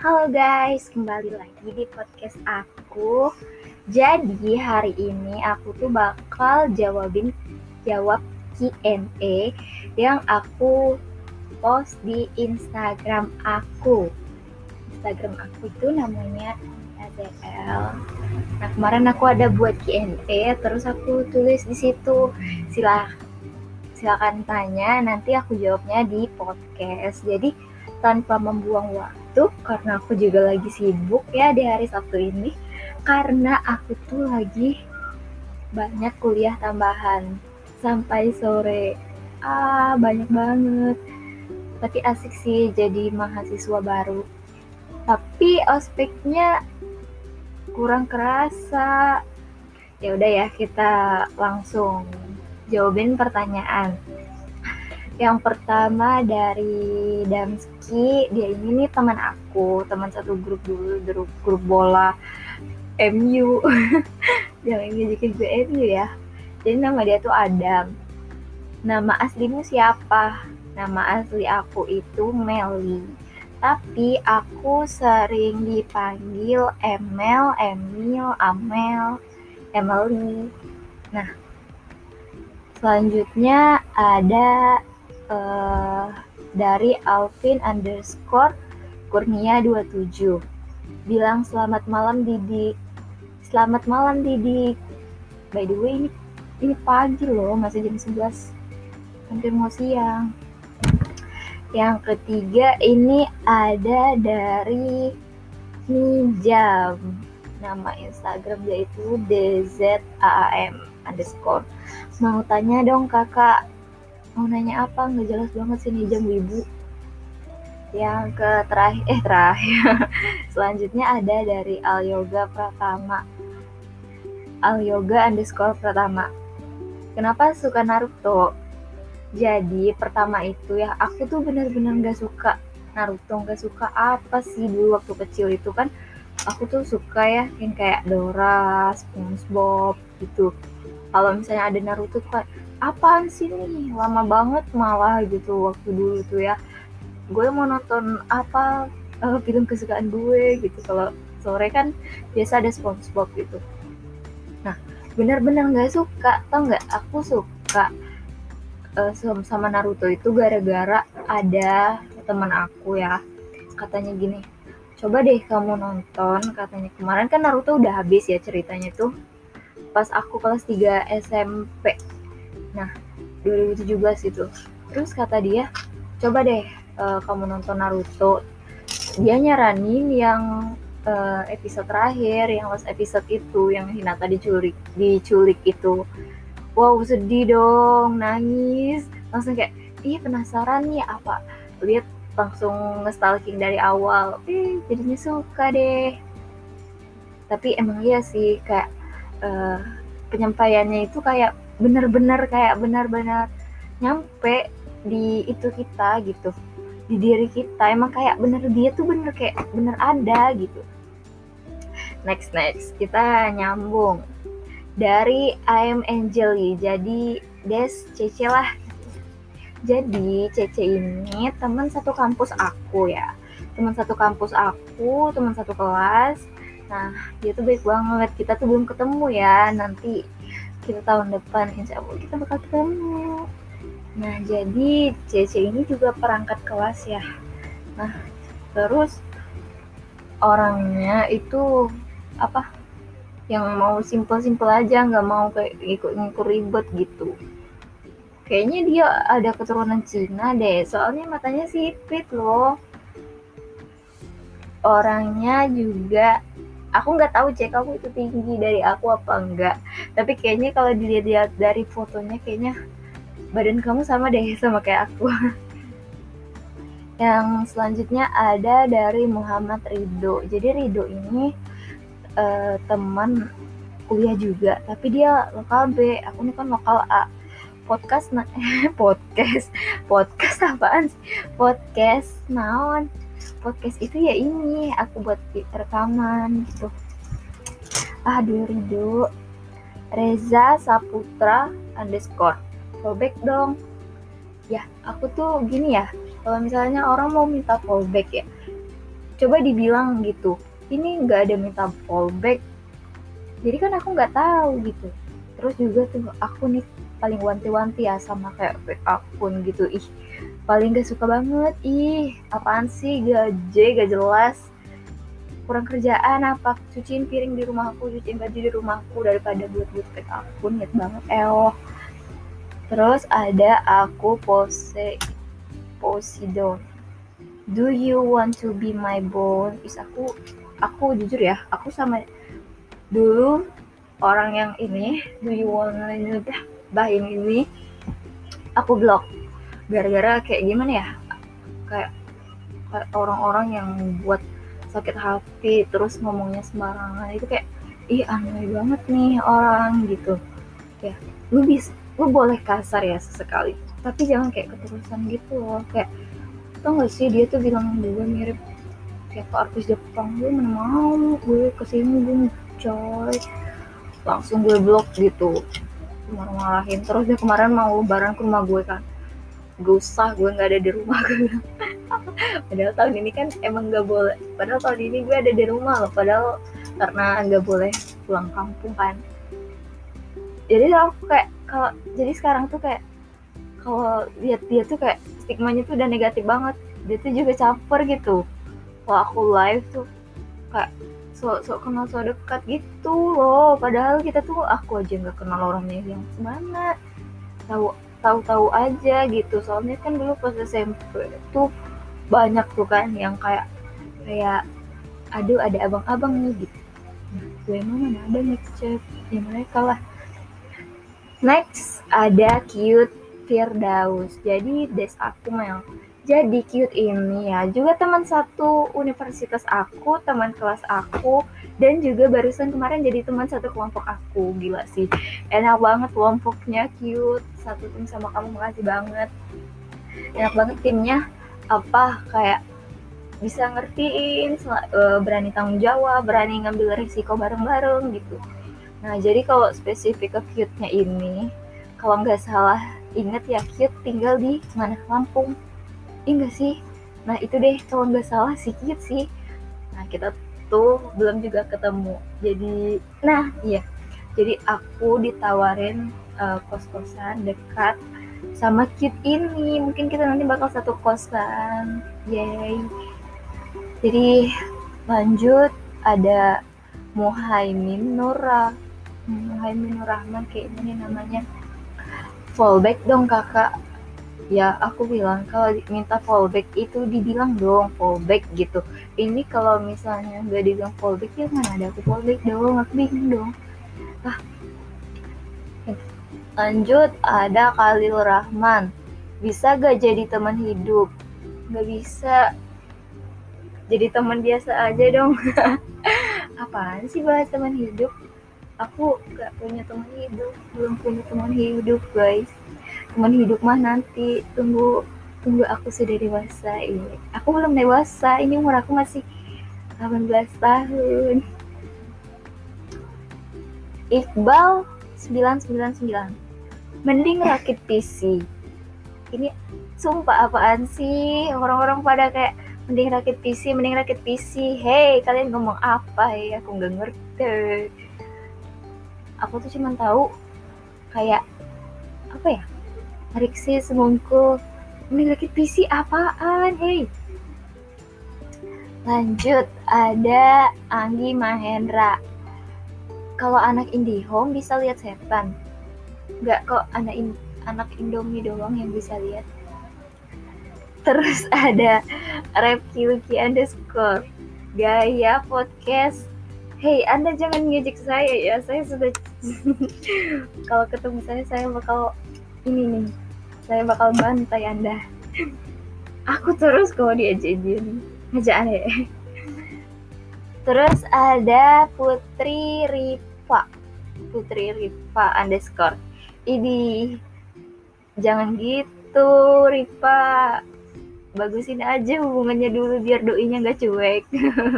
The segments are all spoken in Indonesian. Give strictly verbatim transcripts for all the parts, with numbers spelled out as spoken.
Halo guys, kembali lagi di podcast aku. Jadi hari ini aku tuh bakal jawabin jawab Q and A yang aku post di Instagram aku. Instagram aku itu namanya A Z L. Nah, kemarin aku ada buat Q and A, terus aku tulis di situ. Silah silakan tanya, nanti aku jawabnya di podcast. Jadi tanpa membuang waktu, karena aku juga lagi sibuk ya di hari Sabtu ini, karena aku tuh lagi banyak kuliah tambahan sampai sore. Ah, banyak banget. Tapi asik sih jadi mahasiswa baru. Tapi ospeknya kurang kerasa. Ya udah ya, kita langsung jawabin pertanyaan. Yang pertama dari Damski, dia ini nih teman aku, teman satu grup dulu, grup, grup bola M U. Yang ngajakin gue M U ya. Jadi nama dia tuh Adam. Nama aslimu siapa? Nama asli aku itu Meli. Tapi aku sering dipanggil Emel, Emil, Amel, Emily. Nah, selanjutnya ada uh, dari Alvin underscore Kurnia dua puluh tujuh bilang selamat malam Didik. Selamat malam Didik. By the way ini ini pagi loh, masih jam sebelas, hampir mau siang. Yang ketiga ini ada dari Nijam, nama Instagram yaitu D Z A A M underscore. Mau tanya dong kakak. Mau nanya apa? Nggak jelas banget sih nih jam wibu. Yang ke terakhir, eh terakhir. Selanjutnya ada dari Al Yoga Pratama. Al Yoga underscore Pratama. Kenapa suka Naruto? Jadi pertama itu ya, aku tuh benar-benar nggak suka Naruto, nggak suka apa sih dulu waktu kecil itu kan. Aku tuh suka ya yang kayak Dora, SpongeBob gitu. Kalau misalnya ada Naruto tuh kayak apaan sih nih, lama banget malah gitu waktu dulu tuh ya. Gue mau nonton apa uh, film kesukaan gue gitu. Kalau sore kan biasa ada SpongeBob gitu. Nah, benar-benar nggak suka, tau nggak? Aku suka uh, sama Naruto itu gara-gara ada teman aku ya, katanya gini, coba deh kamu nonton, katanya kemarin kan Naruto udah habis ya ceritanya tuh pas aku kelas tiga S M P. Nah, dua ribu tujuh belas itu. Terus kata dia, coba deh uh, kamu nonton Naruto. Dia nyaranin yang uh, episode terakhir, yang last episode itu, yang Hinata diculik, diculik itu. Wow, sedih dong, nangis. Langsung kayak, ih penasaran nih apa. Lihat langsung nge-stalking dari awal. Eh, jadinya suka deh. Tapi emang iya sih, kayak uh, penyampaiannya itu kayak benar-benar kayak benar-benar nyampe di itu kita gitu, di diri kita. Emang kayak bener dia tuh bener kayak bener ada gitu. Next next kita nyambung dari I am Angeli. Jadi Des Cece lah. Jadi Cece ini teman satu kampus aku ya, teman satu kampus aku, teman satu kelas. Nah, dia tuh baik banget. Kita tuh belum ketemu ya. Nanti kita tahun depan insya Allah kita bakal ketemu. Nah, jadi Cece ini juga perangkat kelas ya. Nah, terus orangnya itu apa? Yang mau simple-simple aja, nggak mau kayak ikut-ikut ribet gitu. Kayaknya dia ada keturunan Cina deh, soalnya matanya sipit loh. Orangnya juga aku nggak tahu cek kamu itu tinggi dari aku apa enggak, tapi kayaknya kalau dilihat dari fotonya kayaknya badan kamu sama deh sama kayak aku. Yang selanjutnya ada dari Muhammad Ridho. Jadi Ridho ini uh, teman kuliah juga, tapi dia lokal B, aku ini kan lokal A. Podcast na podcast podcast apaan sih? Podcast naon? Podcast itu ya ini aku buat rekaman gitu. Aduh Ridho. Reza Saputra underscore fallback dong. Ya aku tuh gini ya, kalau misalnya orang mau minta fallback ya, coba dibilang gitu, ini nggak ada minta fallback, jadi kan aku nggak tahu gitu. Terus juga tuh aku nih paling wanti-wanti ya sama kayak fake akun gitu, ih paling gak suka banget, ih apaan sih, gaje gak jelas, kurang kerjaan apa cuciin piring di rumahku, cuciin baju di rumahku daripada buat-buat fake akun, liat banget eloh. Terus ada aku pose Poseidon, do you want to be my bone, is aku aku jujur ya, aku sama dulu orang yang ini, do you wanna udah bahin ini, aku blok gara-gara kayak gimana ya, kayak, kayak orang-orang yang buat sakit hati terus ngomongnya sembarangan, itu kayak ih aneh banget nih orang gitu ya. Lu bisa, lu boleh kasar ya sesekali, tapi jangan kayak keterusan gitu loh. Kayak tau gak sih, dia tuh bilang juga mirip kayak artis Jepang, gue mana mau, gue kesinggung coy, langsung gue blok gitu, marah-marahin. Terus dia kemarin mau lebaran ke rumah gue kan, gak usah, gue gak ada di rumah, gue bilang. Padahal tahun ini kan emang gak boleh, padahal tahun ini gue ada di rumah loh, padahal karena gak boleh pulang kampung kan. Jadi aku kayak, kalau jadi sekarang tuh kayak kalau lihat dia tuh kayak stigmanya tuh udah negatif banget, dia tuh juga caper gitu. Kalau aku live tuh kayak sok-sok kenal, sok dekat gitu loh, padahal kita tuh, aku aja nggak kenal orangnya yang mana, tahu tahu-tahu aja gitu. Soalnya kan dulu pas S M P tuh banyak tuh kan yang kayak kayak aduh ada abang-abang nih gitu. Nah, gue emang mana ada ngecek ya mereka lah. Next ada cute Firdaus, jadi des aku Mel. Jadi cute ini ya juga teman satu universitas aku, teman kelas aku, dan juga barusan kemarin jadi teman satu kelompok aku. Gila sih, enak banget kelompoknya, cute, satu tim sama kamu, makasih banget. Enak banget timnya, apa kayak bisa ngertiin, berani tanggung jawab, berani ngambil risiko bareng-bareng gitu. Nah jadi kalau spesifik ke cute-nya ini, kalau nggak salah inget ya, cute tinggal di mana, Lampung. Iya nggak sih? Nah itu deh kalau nggak salah si cute sih. Nah kita tuh belum juga ketemu. Jadi, nah iya. Jadi aku ditawarin uh, kos-kosan dekat sama cute ini. Mungkin kita nanti bakal satu kosan. Yay. Jadi lanjut ada Muhaimin Nurah. Muhaimin Nur Rahman kayak ini namanya. Fallback dong kakak. Ya aku bilang kalau minta fallback itu dibilang dong fallback gitu. Ini kalau misalnya nggak dibilang fallback ya mana ada aku fallback dong, aku bingung dong. Ah. Lanjut ada Khalil Rahman. Bisa gak jadi teman hidup? Gak bisa. Jadi teman biasa aja dong. Apaan sih bahas teman hidup? Aku gak punya teman hidup, belum punya teman hidup guys. Teman hidup mah nanti, tunggu tunggu aku sudah dewasa ini. Aku belum dewasa, ini umur aku masih delapan belas tahun. Iqbal sembilan sembilan sembilan, mending rakit P C. Ini sumpah apaan sih, orang-orang pada kayak mending rakit P C, mending rakit P C. Hey, kalian ngomong apa ya? Aku gak ngerti. Aku tuh cuma tahu kayak apa ya, Riksi semungkul, mending rakit P C apaan, hey. Lanjut ada Anggi Mahendra. Kalau anak IndiHome bisa lihat setan, nggak kok anak in, anak Indomie doang yang bisa lihat. Terus ada Repkiluki underscore gaya podcast. Hey, Anda jangan ngejek saya ya, saya sudah kalau ketemu saya, saya bakal ini nih, saya bakal bantai Anda. Aku terus kalau diajakin, ngejek aneh. Terus ada Putri Rifa, Putri Rifa underscore. Ini jangan gitu Rifa, bagusin aja hubungannya dulu biar doinya nggak cuek.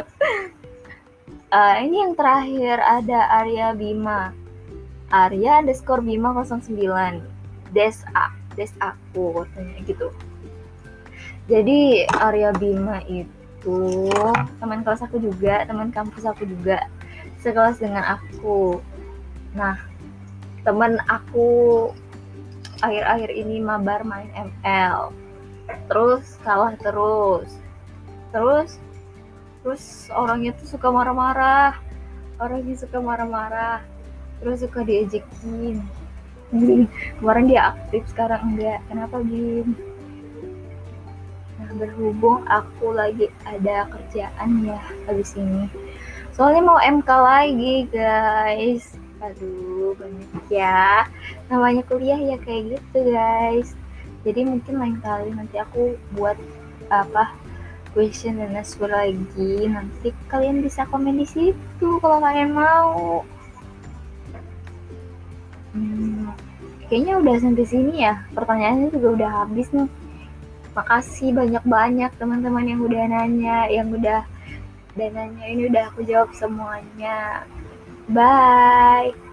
Uh, ini yang terakhir ada Arya Bima, Arya underscore Bima nol sembilan, des a, des aku katanya gitu. Jadi Arya Bima itu itu teman kelas aku juga, teman kampus aku juga, sekelas dengan aku. Nah, teman aku akhir-akhir ini mabar main M L, terus kalah terus, terus terus orangnya tuh suka marah-marah, orangnya suka marah-marah, terus suka diejekin. Kemarin dia aktif, sekarang enggak. Kenapa, Bim? Nah, berhubung aku lagi ada kerjaan ya habis ini. Soalnya mau M K lagi, guys. Aduh, banyak ya. Namanya kuliah ya kayak gitu, guys. Jadi mungkin lain kali nanti aku buat apa question dan answer lagi. Nanti kalian bisa komen di situ kalau kalian mau. Hmm, kayaknya udah sampai sini ya. Pertanyaannya juga udah habis nih. Makasih banyak-banyak teman-teman yang udah nanya, yang udah dan nanya ini udah aku jawab semuanya. Bye.